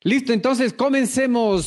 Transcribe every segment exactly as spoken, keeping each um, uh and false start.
Listo, entonces comencemos.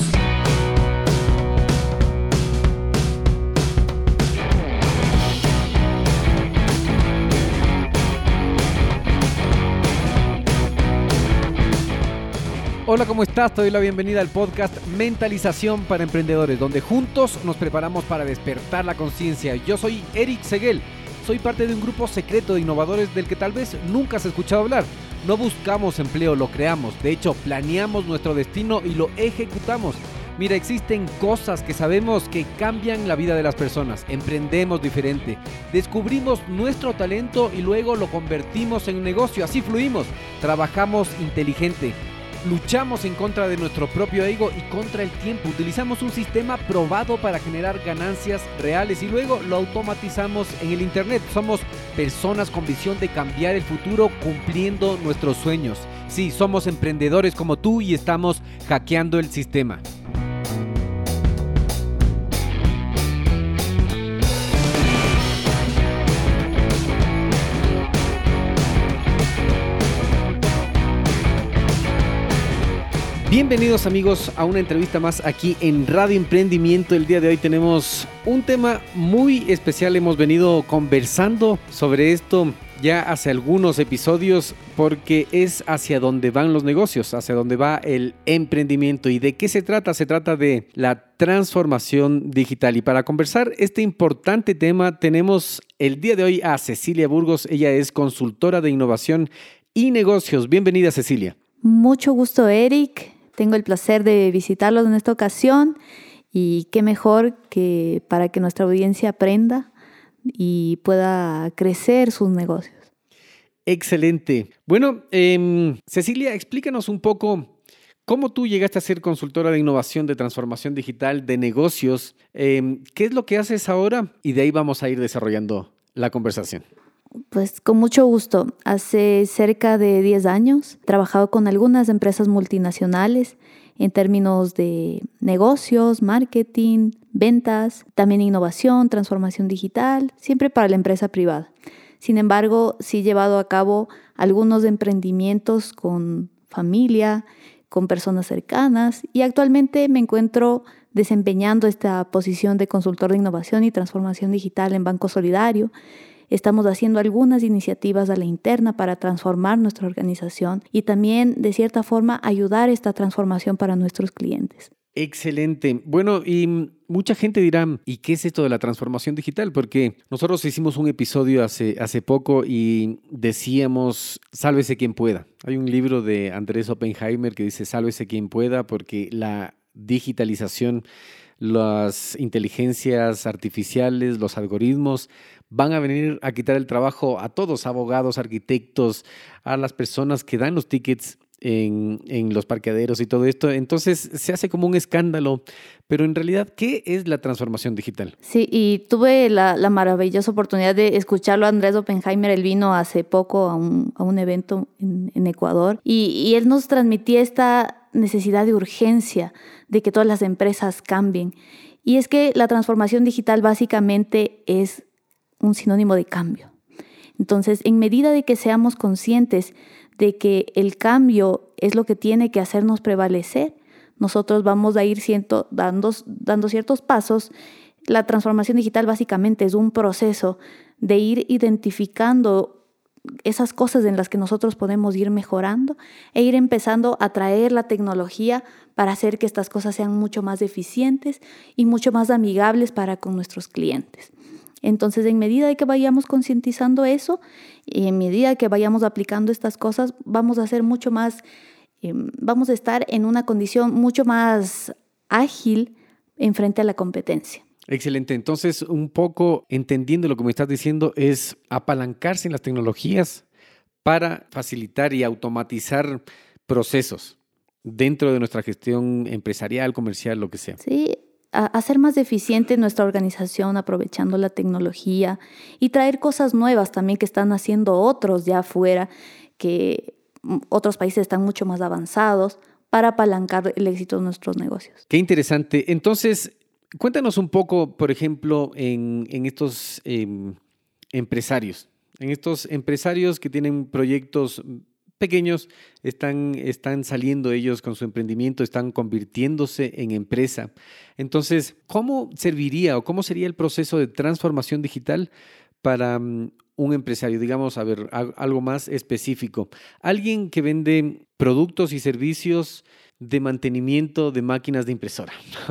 Hola, ¿cómo estás? Te doy la bienvenida al podcast Mentalización para Emprendedores, donde juntos nos preparamos para despertar la conciencia. Yo soy Eric Seguel, soy parte de un grupo secreto de innovadores del que tal vez nunca has escuchado hablar. No buscamos empleo, lo creamos. De hecho, planeamos nuestro destino y lo ejecutamos. Mira, existen cosas que sabemos que cambian la vida de las personas. Emprendemos diferente. Descubrimos nuestro talento y luego lo convertimos en negocio. Así fluimos. Trabajamos inteligente. Luchamos en contra de nuestro propio ego y contra el tiempo. Utilizamos un sistema probado para generar ganancias reales y luego lo automatizamos en el internet. Somos personas con visión de cambiar el futuro cumpliendo nuestros sueños. Sí, somos emprendedores como tú y estamos hackeando el sistema. Bienvenidos amigos a una entrevista más aquí en Radio Emprendimiento. El día de hoy tenemos un tema muy especial. Hemos venido conversando sobre esto ya hace algunos episodios porque es hacia donde van los negocios, hacia donde va el emprendimiento. ¿Y de qué se trata? Se trata de la transformación digital. Y para conversar este importante tema tenemos el día de hoy a Cecilia Burgos. Ella es consultora de innovación y negocios. Bienvenida, Cecilia. Mucho gusto, Eric. Tengo el placer de visitarlos en esta ocasión y qué mejor que para que nuestra audiencia aprenda y pueda crecer sus negocios. Excelente. Bueno, eh, Cecilia, explícanos un poco cómo tú llegaste a ser consultora de innovación, de transformación digital, de negocios. Eh, ¿Qué es lo que haces ahora? Y de ahí vamos a ir desarrollando la conversación. Pues con mucho gusto. Hace cerca de diez años he trabajado con algunas empresas multinacionales en términos de negocios, marketing, ventas, también innovación, transformación digital, siempre para la empresa privada. Sin embargo, sí he llevado a cabo algunos emprendimientos con familia, con personas cercanas y actualmente me encuentro desempeñando esta posición de consultor de innovación y transformación digital en Banco Solidario. Estamos haciendo algunas iniciativas a la interna para transformar nuestra organización y también, de cierta forma, ayudar a esta transformación para nuestros clientes. Excelente. Bueno, y mucha gente dirá, ¿y qué es esto de la transformación digital? Porque nosotros hicimos un episodio hace, hace poco y decíamos, sálvese quien pueda. Hay un libro de Andrés Oppenheimer que dice, sálvese quien pueda, porque la digitalización, las inteligencias artificiales, los algoritmos van a venir a quitar el trabajo a todos, abogados, arquitectos, a las personas que dan los tickets en, en los parqueaderos y todo esto. Entonces se hace como un escándalo, pero en realidad, ¿qué es la transformación digital? Sí, y tuve la, la maravillosa oportunidad de escucharlo a Andrés Oppenheimer. Él vino hace poco a un, a un evento en, en Ecuador y, y él nos transmitía esta necesidad de urgencia de que todas las empresas cambien. Y es que la transformación digital básicamente es un sinónimo de cambio. Entonces, en medida de que seamos conscientes de que el cambio es lo que tiene que hacernos prevalecer, nosotros vamos a ir siento, dando, dando ciertos pasos. La transformación digital básicamente es un proceso de ir identificando esas cosas en las que nosotros podemos ir mejorando e ir empezando a traer la tecnología para hacer que estas cosas sean mucho más eficientes y mucho más amigables para con nuestros clientes. Entonces, en medida de que vayamos concientizando eso y en medida que vayamos aplicando estas cosas, vamos a ser mucho más, eh, vamos a estar en una condición mucho más ágil en frente a la competencia. Excelente. Entonces, un poco entendiendo lo que me estás diciendo es apalancarse en las tecnologías para facilitar y automatizar procesos dentro de nuestra gestión empresarial, comercial, lo que sea. Sí. Hacer más eficiente nuestra organización aprovechando la tecnología y traer cosas nuevas también que están haciendo otros ya afuera, que otros países están mucho más avanzados para apalancar el éxito de nuestros negocios. Qué interesante. Entonces, cuéntanos un poco, por ejemplo, en, en estos eh, empresarios, en estos empresarios que tienen proyectos pequeños, están, están saliendo ellos con su emprendimiento, están convirtiéndose en empresa. Entonces, ¿cómo serviría o cómo sería el proceso de transformación digital para um, un empresario? Digamos, a ver, a, algo más específico. Alguien que vende productos y servicios de mantenimiento de máquinas de impresora.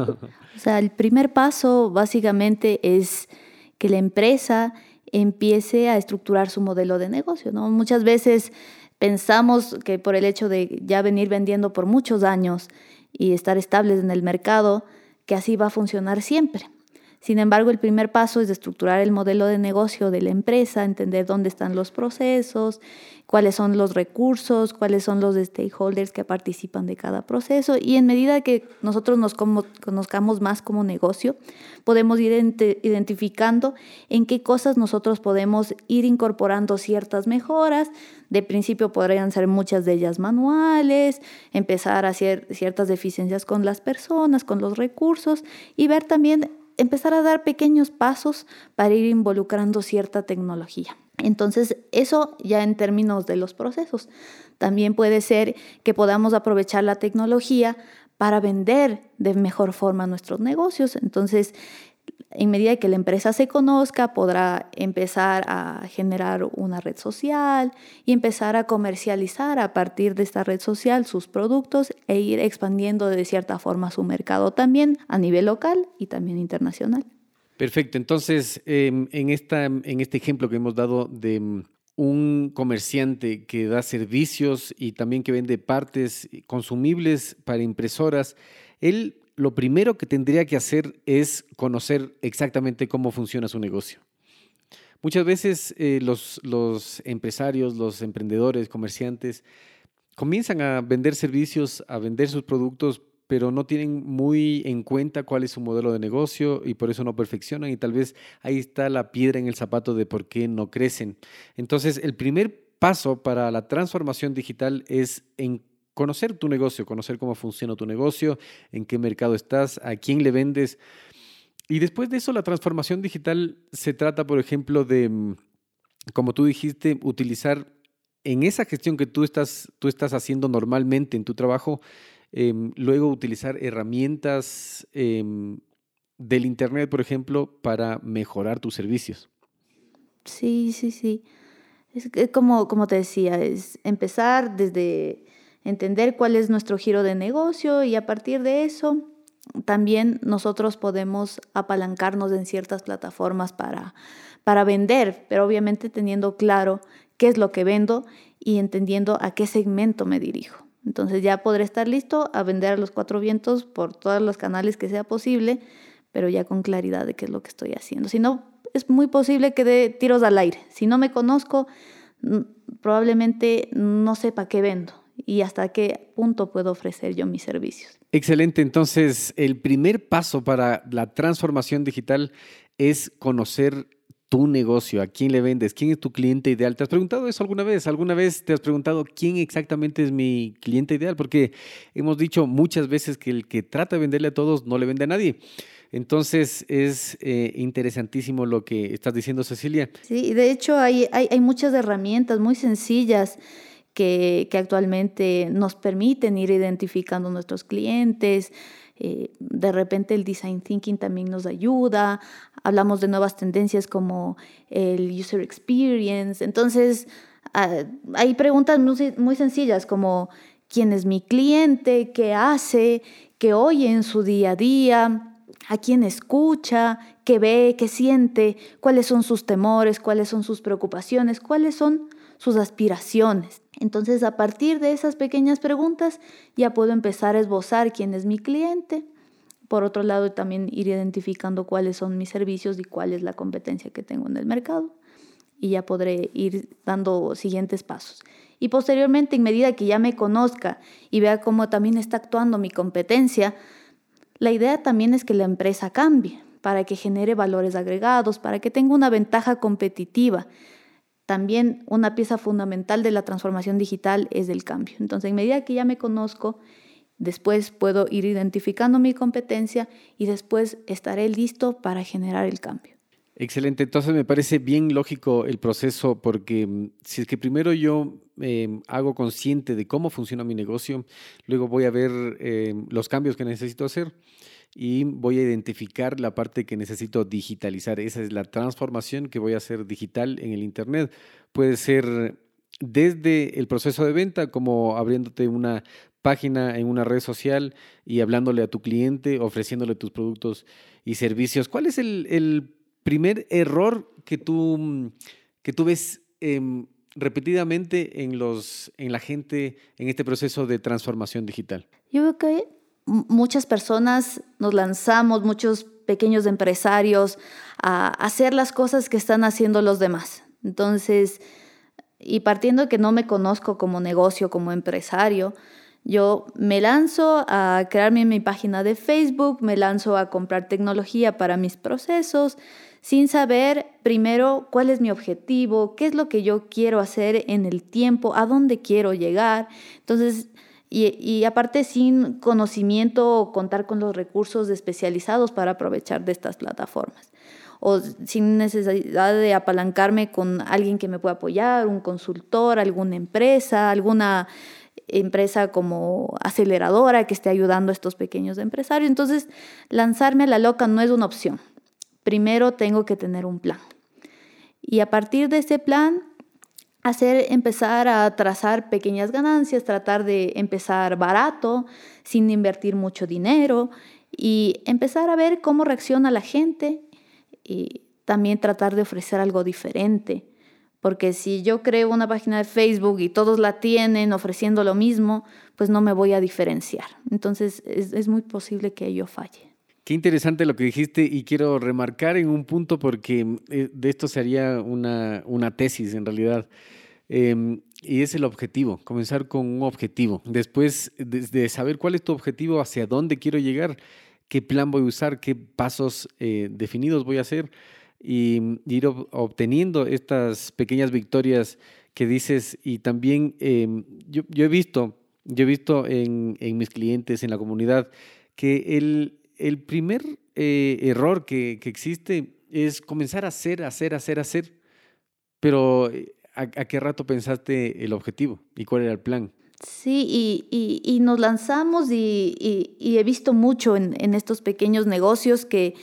O sea, el primer paso básicamente es que la empresa empiece a estructurar su modelo de negocio, ¿no? Muchas veces pensamos que por el hecho de ya venir vendiendo por muchos años y estar estables en el mercado, que así va a funcionar siempre. Sin embargo, el primer paso es estructurar el modelo de negocio de la empresa, entender dónde están los procesos, cuáles son los recursos, cuáles son los stakeholders que participan de cada proceso. Y en medida que nosotros nos conozcamos más como negocio, podemos ir identificando en qué cosas nosotros podemos ir incorporando ciertas mejoras. De principio podrían ser muchas de ellas manuales, empezar a hacer ciertas deficiencias con las personas, con los recursos y ver también empezar a dar pequeños pasos para ir involucrando cierta tecnología. Entonces, eso ya en términos de los procesos. También puede ser que podamos aprovechar la tecnología para vender de mejor forma nuestros negocios. Entonces, en medida que la empresa se conozca, podrá empezar a generar una red social y empezar a comercializar a partir de esta red social sus productos e ir expandiendo de cierta forma su mercado también a nivel local y también internacional. Perfecto. Entonces, eh, en, esta, en este ejemplo que hemos dado de um, un comerciante que da servicios y también que vende partes consumibles para impresoras, él lo primero que tendría que hacer es conocer exactamente cómo funciona su negocio. Muchas veces eh, los, los empresarios, los emprendedores, comerciantes, comienzan a vender servicios, a vender sus productos, pero no tienen muy en cuenta cuál es su modelo de negocio y por eso no perfeccionan y tal vez ahí está la piedra en el zapato de por qué no crecen. Entonces, el primer paso para la transformación digital es en conocer tu negocio, conocer cómo funciona tu negocio, en qué mercado estás, a quién le vendes. Y después de eso, la transformación digital se trata, por ejemplo, de, como tú dijiste, utilizar en esa gestión que tú estás, tú estás haciendo normalmente en tu trabajo, eh, luego utilizar herramientas eh, del Internet, por ejemplo, para mejorar tus servicios. Sí, sí, sí. Es que como, como te decía, es empezar desde entender cuál es nuestro giro de negocio y a partir de eso también nosotros podemos apalancarnos en ciertas plataformas para, para vender, pero obviamente teniendo claro qué es lo que vendo y entendiendo a qué segmento me dirijo. Entonces ya podré estar listo a vender a los cuatro vientos por todos los canales que sea posible, pero ya con claridad de qué es lo que estoy haciendo. Si no, es muy posible que dé tiros al aire. Si no me conozco, probablemente no sepa qué vendo y hasta qué punto puedo ofrecer yo mis servicios. Excelente. Entonces, el primer paso para la transformación digital es conocer tu negocio, a quién le vendes, quién es tu cliente ideal. ¿Te has preguntado eso alguna vez? ¿Alguna vez te has preguntado quién exactamente es mi cliente ideal? Porque hemos dicho muchas veces que el que trata de venderle a todos no le vende a nadie. Entonces, es eh, interesantísimo lo que estás diciendo, Cecilia. Sí, de hecho hay, hay, hay muchas herramientas muy sencillas que, que actualmente nos permiten ir identificando nuestros clientes. Eh, de repente el design thinking también nos ayuda. Hablamos de nuevas tendencias como el user experience. Entonces, uh, hay preguntas muy, muy sencillas como ¿quién es mi cliente? ¿Qué hace? ¿Qué oye en su día a día? ¿A quién escucha? ¿Qué ve? ¿Qué siente? ¿Cuáles son sus temores? ¿Cuáles son sus preocupaciones? ¿Cuáles son sus aspiraciones? Entonces, a partir de esas pequeñas preguntas, ya puedo empezar a esbozar quién es mi cliente. Por otro lado, también ir identificando cuáles son mis servicios y cuál es la competencia que tengo en el mercado. Y ya podré ir dando siguientes pasos. Y posteriormente, en medida que ya me conozca y vea cómo también está actuando mi competencia, la idea también es que la empresa cambie para que genere valores agregados, para que tenga una ventaja competitiva. También una pieza fundamental de la transformación digital es el cambio. Entonces, en medida que ya me conozco, después puedo ir identificando mi competencia y después estaré listo para generar el cambio. Excelente, entonces me parece bien lógico el proceso porque mm, si es que primero yo eh, hago consciente de cómo funciona mi negocio, luego voy a ver eh, los cambios que necesito hacer y voy a identificar la parte que necesito digitalizar. Esa es la transformación que voy a hacer digital en el Internet. Puede ser desde el proceso de venta, como abriéndote una página en una red social y hablándole a tu cliente, ofreciéndole tus productos y servicios. ¿Cuál es el, el primer error que tú, mm, que tú ves em, repetidamente en los, en la gente en este proceso de transformación digital? Yo veo que m- muchas personas nos lanzamos, muchos pequeños empresarios, a hacer las cosas que están haciendo los demás. Entonces, y partiendo de que no me conozco como negocio, como empresario, yo me lanzo a crearme mi página de Facebook, me lanzo a comprar tecnología para mis procesos, sin saber primero cuál es mi objetivo, qué es lo que yo quiero hacer en el tiempo, a dónde quiero llegar. Entonces, y, y aparte sin conocimiento o contar con los recursos especializados para aprovechar de estas plataformas. O sin necesidad de apalancarme con alguien que me pueda apoyar, un consultor, alguna empresa, alguna empresa como aceleradora que esté ayudando a estos pequeños empresarios. Entonces, lanzarme a la loca no es una opción. Primero tengo que tener un plan. Y a partir de ese plan, hacer, empezar a trazar pequeñas ganancias, tratar de empezar barato, sin invertir mucho dinero y empezar a ver cómo reacciona la gente y también tratar de ofrecer algo diferente. Porque si yo creo una página de Facebook y todos la tienen ofreciendo lo mismo, pues no me voy a diferenciar. Entonces es, es muy posible que yo falle. Qué interesante lo que dijiste y quiero remarcar en un punto porque eh, de esto sería una, una tesis en realidad. Eh, y es el objetivo, comenzar con un objetivo. Después de, de saber cuál es tu objetivo, hacia dónde quiero llegar, qué plan voy a usar, qué pasos eh, definidos voy a hacer y, y ir ob- obteniendo estas pequeñas victorias que dices. Y también eh, yo, yo he visto, yo he visto en, en mis clientes, en la comunidad, que el, el primer eh, error que, que existe es comenzar a hacer, hacer, hacer, hacer, pero eh, ¿a, a qué rato pensaste el objetivo y cuál era el plan? Sí, y, y, y nos lanzamos y, y, y he visto mucho en, en estos pequeños negocios que,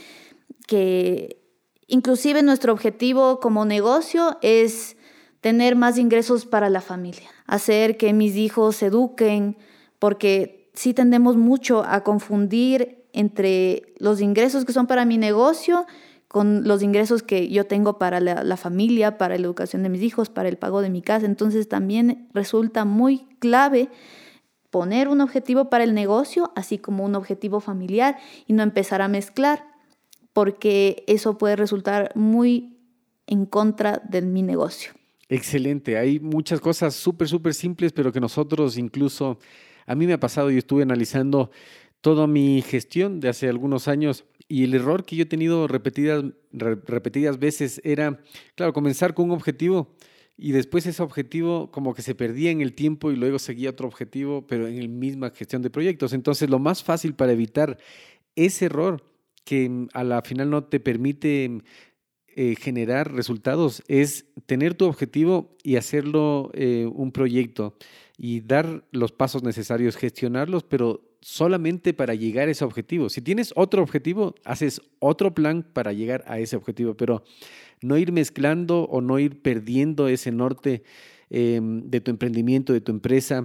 que inclusive nuestro objetivo como negocio es tener más ingresos para la familia, hacer que mis hijos se eduquen, porque sí tendemos mucho a confundir entre los ingresos que son para mi negocio con los ingresos que yo tengo para la, la familia, para la educación de mis hijos, para el pago de mi casa. Entonces también resulta muy clave poner un objetivo para el negocio, así como un objetivo familiar, y no empezar a mezclar, porque eso puede resultar muy en contra de mi negocio. Excelente, hay muchas cosas súper, súper simples, pero que nosotros incluso, a mí me ha pasado y estuve analizando toda mi gestión de hace algunos años y el error que yo he tenido repetidas, re- repetidas veces era, claro, comenzar con un objetivo y después ese objetivo como que se perdía en el tiempo y luego seguía otro objetivo, pero en la misma gestión de proyectos. Entonces, lo más fácil para evitar ese error que mm, a la final no te permite mm, eh, generar resultados es tener tu objetivo y hacerlo eh, un proyecto y dar los pasos necesarios, gestionarlos, pero solamente para llegar a ese objetivo. Si tienes otro objetivo, haces otro plan para llegar a ese objetivo, pero no ir mezclando o no ir perdiendo ese norte eh, de tu emprendimiento, de tu empresa.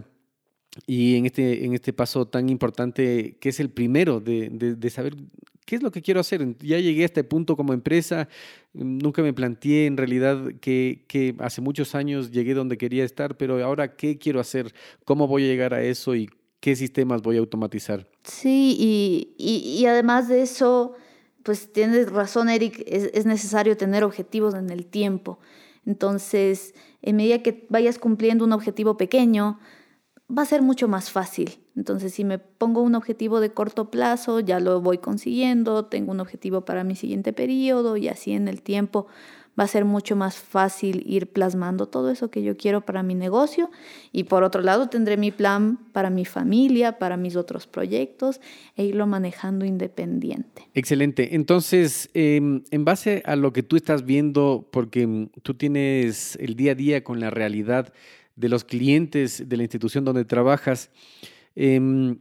Y en este, en este paso tan importante, que es el primero de, de, de saber qué es lo que quiero hacer. Ya llegué a este punto como empresa, nunca me planteé en realidad que, que hace muchos años llegué donde quería estar, pero ahora qué quiero hacer, cómo voy a llegar a eso y qué sistemas voy a automatizar. Sí, y, y, y además de eso, pues tienes razón, Eric, es, es necesario tener objetivos en el tiempo. Entonces, en medida que vayas cumpliendo un objetivo pequeño, va a ser mucho más fácil. Entonces, si me pongo un objetivo de corto plazo, ya lo voy consiguiendo, tengo un objetivo para mi siguiente periodo y así en el tiempo va a ser mucho más fácil ir plasmando todo eso que yo quiero para mi negocio. Y por otro lado tendré mi plan para mi familia, para mis otros proyectos e irlo manejando independiente. Excelente. Entonces, eh, en base a lo que tú estás viendo, porque tú tienes el día a día con la realidad de los clientes de la institución donde trabajas, eh,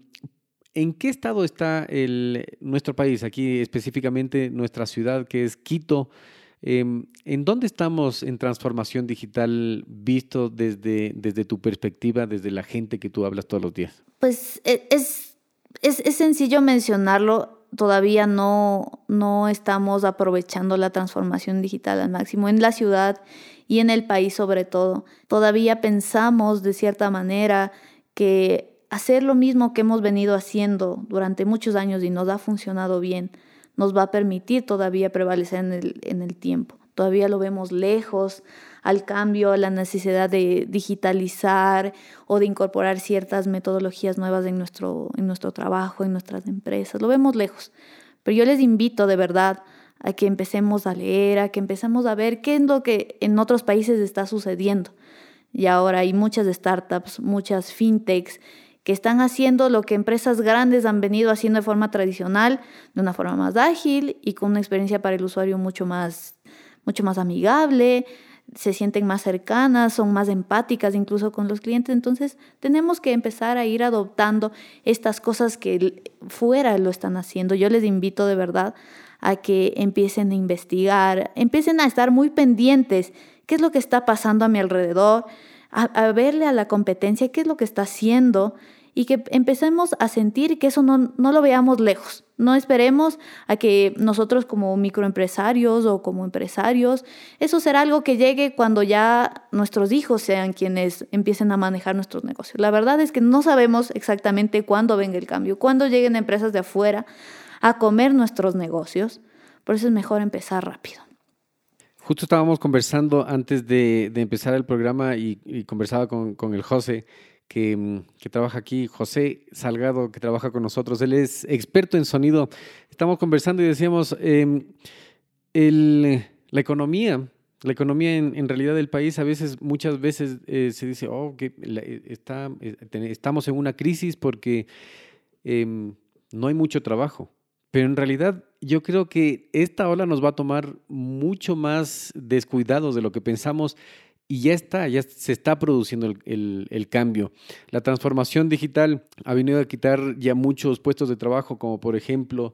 ¿en qué estado está el, nuestro país, aquí específicamente nuestra ciudad que es Quito? Eh, ¿En dónde estamos en transformación digital visto desde, desde tu perspectiva, desde la gente que tú hablas todos los días? Pues es, es, es sencillo mencionarlo, todavía no, no estamos aprovechando la transformación digital al máximo en la ciudad y en el país sobre todo. Todavía pensamos de cierta manera que hacer lo mismo que hemos venido haciendo durante muchos años y nos ha funcionado bien, nos va a permitir todavía prevalecer en el, en el tiempo. Todavía lo vemos lejos al cambio, a la necesidad de digitalizar o de incorporar ciertas metodologías nuevas en nuestro, en nuestro trabajo, en nuestras empresas. Lo vemos lejos. Pero yo les invito de verdad a que empecemos a leer, a que empecemos a ver qué es lo que en otros países está sucediendo. Y ahora hay muchas startups, muchas fintechs, que están haciendo lo que empresas grandes han venido haciendo de forma tradicional, de una forma más ágil y con una experiencia para el usuario mucho más, mucho más amigable, se sienten más cercanas, son más empáticas incluso con los clientes. Entonces tenemos que empezar a ir adoptando estas cosas que fuera lo están haciendo. Yo les invito de verdad a que empiecen a investigar, empiecen a estar muy pendientes qué es lo que está pasando a mi alrededor, a, a verle a la competencia qué es lo que está haciendo, y que empecemos a sentir que eso no, no lo veamos lejos. No esperemos a que nosotros como microempresarios o como empresarios, eso será algo que llegue cuando ya nuestros hijos sean quienes empiecen a manejar nuestros negocios. La verdad es que no sabemos exactamente cuándo venga el cambio, cuándo lleguen empresas de afuera a comer nuestros negocios. Por eso es mejor empezar rápido. Justo estábamos conversando antes de, de empezar el programa y, y conversaba con, con el José, Que, que trabaja aquí, José Salgado, que trabaja con nosotros. Él es experto en sonido. Estamos conversando y decíamos, eh, el, la economía, la economía en, en realidad del país, a veces, muchas veces eh, se dice, oh, que la, está, estamos en una crisis porque eh, no hay mucho trabajo. Pero en realidad yo creo que esta ola nos va a tomar mucho más descuidados de lo que pensamos. Y ya está, ya se está produciendo el, el, el cambio. La transformación digital ha venido a quitar ya muchos puestos de trabajo, como por ejemplo,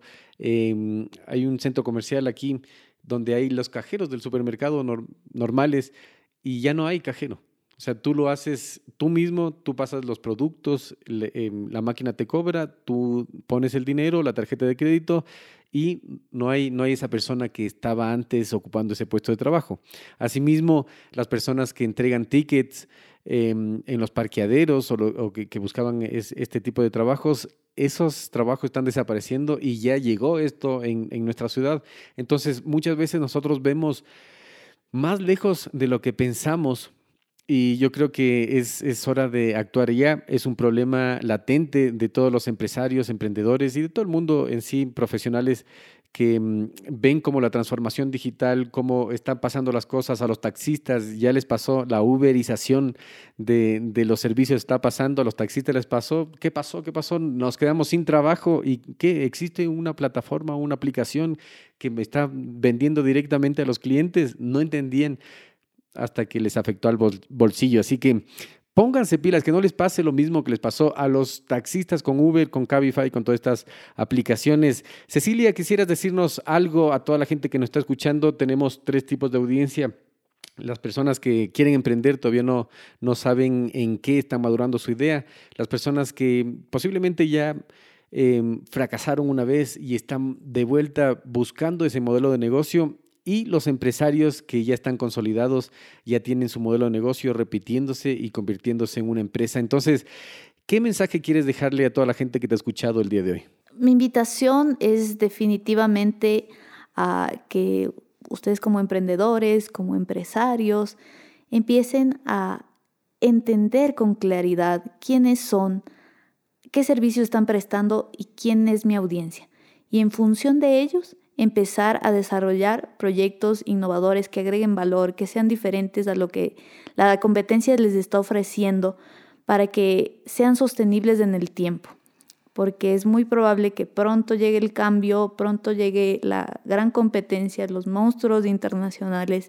eh, hay un centro comercial aquí donde hay los cajeros del supermercado nor- normales y ya no hay cajero. O sea, tú lo haces tú mismo, tú pasas los productos, le, eh, la máquina te cobra, tú pones el dinero, la tarjeta de crédito y no hay, no hay esa persona que estaba antes ocupando ese puesto de trabajo. Asimismo, las personas que entregan tickets eh, en los parqueaderos o, lo, o que, que buscaban es, este tipo de trabajos, esos trabajos están desapareciendo y ya llegó esto en, en nuestra ciudad. Entonces, muchas veces nosotros vemos más lejos de lo que pensamos. Y yo creo que es, es hora de actuar ya. Es un problema latente de todos los empresarios, emprendedores y de todo el mundo en sí, profesionales que mmm, ven como la transformación digital, cómo están pasando las cosas a los taxistas. Ya les pasó la uberización de, de los servicios, está pasando, a los taxistas les pasó. ¿Qué pasó? ¿Qué pasó? Nos quedamos sin trabajo. ¿Y qué? ¿Existe una plataforma, una aplicación que me está vendiendo directamente a los clientes? No entendían hasta que les afectó al bol- bolsillo. Así que pónganse pilas, que no les pase lo mismo que les pasó a los taxistas con Uber, con Cabify, con todas estas aplicaciones. Cecilia, ¿quisieras decirnos algo a toda la gente que nos está escuchando? Tenemos tres tipos de audiencia. Las personas que quieren emprender todavía no, no saben en qué están madurando su idea. Las personas que posiblemente ya eh, fracasaron una vez y están de vuelta buscando ese modelo de negocio. Y los empresarios que ya están consolidados, ya tienen su modelo de negocio repitiéndose y convirtiéndose en una empresa. Entonces, ¿qué mensaje quieres dejarle a toda la gente que te ha escuchado el día de hoy? Mi invitación es definitivamente a que ustedes como emprendedores, como empresarios, empiecen a entender con claridad quiénes son, qué servicios están prestando y quién es mi audiencia. Y en función de ellos, empezar a desarrollar proyectos innovadores que agreguen valor, que sean diferentes a lo que la competencia les está ofreciendo, para que sean sostenibles en el tiempo. Porque es muy probable que pronto llegue el cambio, pronto llegue la gran competencia, los monstruos internacionales,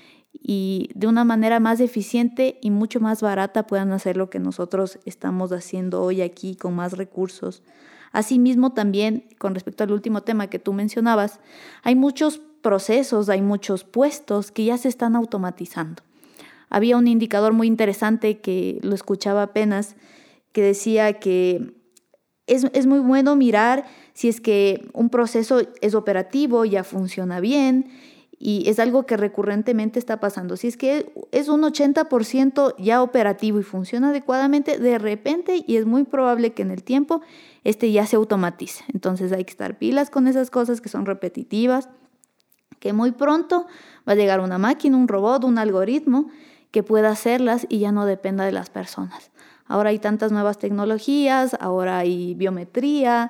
y de una manera más eficiente y mucho más barata puedan hacer lo que nosotros estamos haciendo hoy aquí con más recursos. Asimismo, también con respecto al último tema que tú mencionabas, hay muchos procesos, hay muchos puestos que ya se están automatizando. Había un indicador muy interesante que lo escuchaba apenas, que decía que Es, es muy bueno mirar si es que un proceso es operativo, ya funciona bien, y es algo que recurrentemente está pasando. Si es que es un ochenta por ciento ya operativo y funciona adecuadamente, de repente, y es muy probable que en el tiempo, este ya se automatice. Entonces hay que estar pilas con esas cosas que son repetitivas, que muy pronto va a llegar una máquina, un robot, un algoritmo que pueda hacerlas y ya no dependa de las personas. Ahora hay tantas nuevas tecnologías, ahora hay biometría,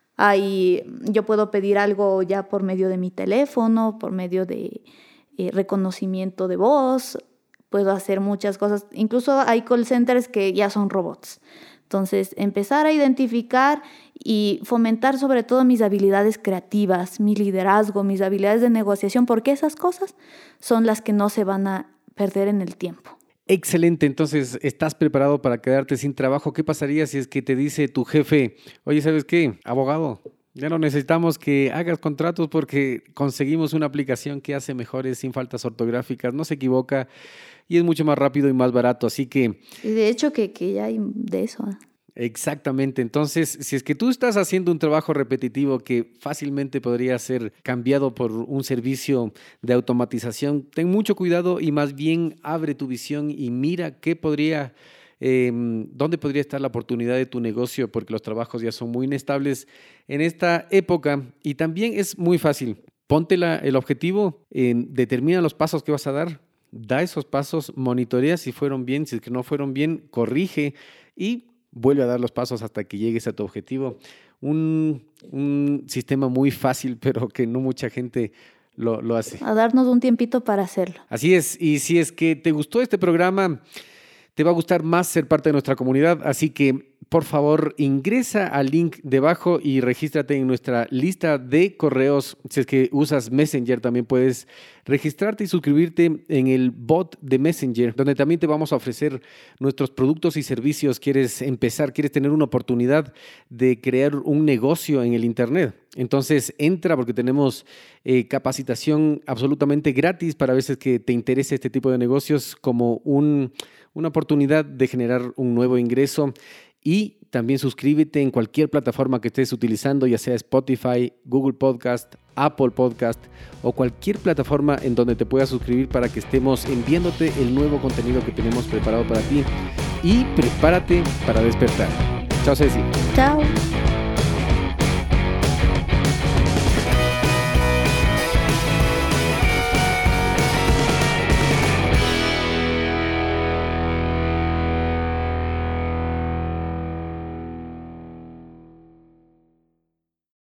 hay, yo puedo pedir algo ya por medio de mi teléfono, por medio de eh, reconocimiento de voz, puedo hacer muchas cosas. Incluso hay call centers que ya son robots. Entonces, empezar a identificar y fomentar sobre todo mis habilidades creativas, mi liderazgo, mis habilidades de negociación, porque esas cosas son las que no se van a perder en el tiempo. Excelente, entonces, ¿estás preparado para quedarte sin trabajo? ¿Qué pasaría si es que te dice tu jefe, oye, ¿sabes qué? Abogado, ya no necesitamos que hagas contratos porque conseguimos una aplicación que hace mejores sin faltas ortográficas, no se equivoca y es mucho más rápido y más barato, así que... Y de hecho que, que ya hay de eso, ¿eh? Exactamente, entonces si es que tú estás haciendo un trabajo repetitivo que fácilmente podría ser cambiado por un servicio de automatización, ten mucho cuidado y más bien abre tu visión y mira qué podría, eh, dónde podría estar la oportunidad de tu negocio, porque los trabajos ya son muy inestables en esta época y también es muy fácil. Ponte la, el objetivo, eh, determina los pasos que vas a dar, da esos pasos, monitorea si fueron bien, si es que no fueron bien, corrige y vuelve a dar los pasos hasta que llegues a tu objetivo. Un, un sistema muy fácil, pero que no mucha gente lo, lo hace. A darnos un tiempito para hacerlo. Así es, y si es que te gustó este programa, te va a gustar más ser parte de nuestra comunidad, así que por favor ingresa al link debajo y regístrate en nuestra lista de correos. Si es que usas Messenger, también puedes registrarte y suscribirte en el bot de Messenger, donde también te vamos a ofrecer nuestros productos y servicios. ¿Quieres empezar? ¿Quieres tener una oportunidad de crear un negocio en el Internet? Entonces entra, porque tenemos eh, capacitación absolutamente gratis para veces que te interese este tipo de negocios como un, una oportunidad de generar un nuevo ingreso. Y también suscríbete en cualquier plataforma que estés utilizando, ya sea Spotify, Google Podcast, Apple Podcast o cualquier plataforma en donde te puedas suscribir para que estemos enviándote el nuevo contenido que tenemos preparado para ti. Y prepárate para despertar. Chao, Ceci. Chao.